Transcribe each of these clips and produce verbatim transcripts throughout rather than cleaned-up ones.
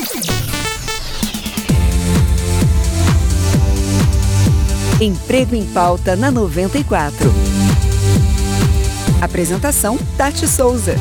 Emprego em Pauta na noventa e quatro. Apresentação: Tati Souza.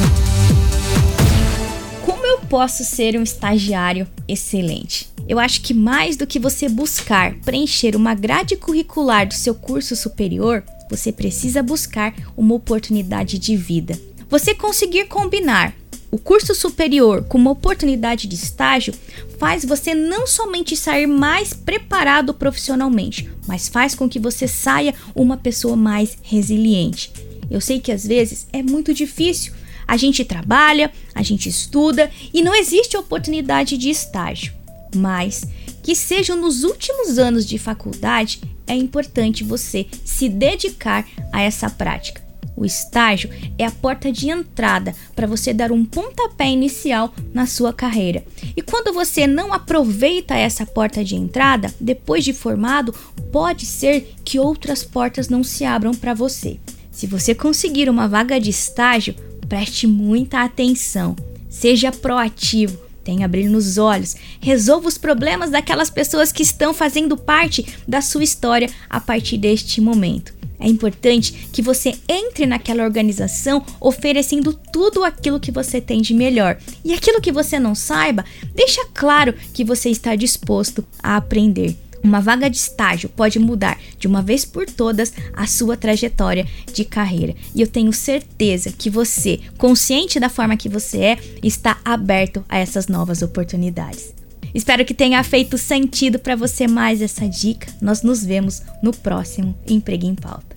Como eu posso ser um estagiário excelente? Eu acho que mais do que você buscar preencher uma grade curricular do seu curso superior, você precisa buscar uma oportunidade de vida. Você conseguir combinar o curso superior com uma oportunidade de estágio faz você não somente sair mais preparado profissionalmente, mas faz com que você saia uma pessoa mais resiliente. Eu sei que às vezes é muito difícil. A gente trabalha, a gente estuda e não existe oportunidade de estágio. Mas que sejam nos últimos anos de faculdade, é importante você se dedicar a essa prática. O estágio é a porta de entrada para você dar um pontapé inicial na sua carreira. E quando você não aproveita essa porta de entrada, depois de formado, pode ser que outras portas não se abram para você. Se você conseguir uma vaga de estágio, preste muita atenção. Seja proativo, tenha brilho nos olhos, resolva os problemas daquelas pessoas que estão fazendo parte da sua história a partir deste momento. É importante que você entre naquela organização oferecendo tudo aquilo que você tem de melhor. E aquilo que você não saiba, deixa claro que você está disposto a aprender. Uma vaga de estágio pode mudar de uma vez por todas a sua trajetória de carreira. E eu tenho certeza que você, consciente da forma que você é, está aberto a essas novas oportunidades. Espero que tenha feito sentido para você mais essa dica. Nós nos vemos no próximo Emprego em Pauta.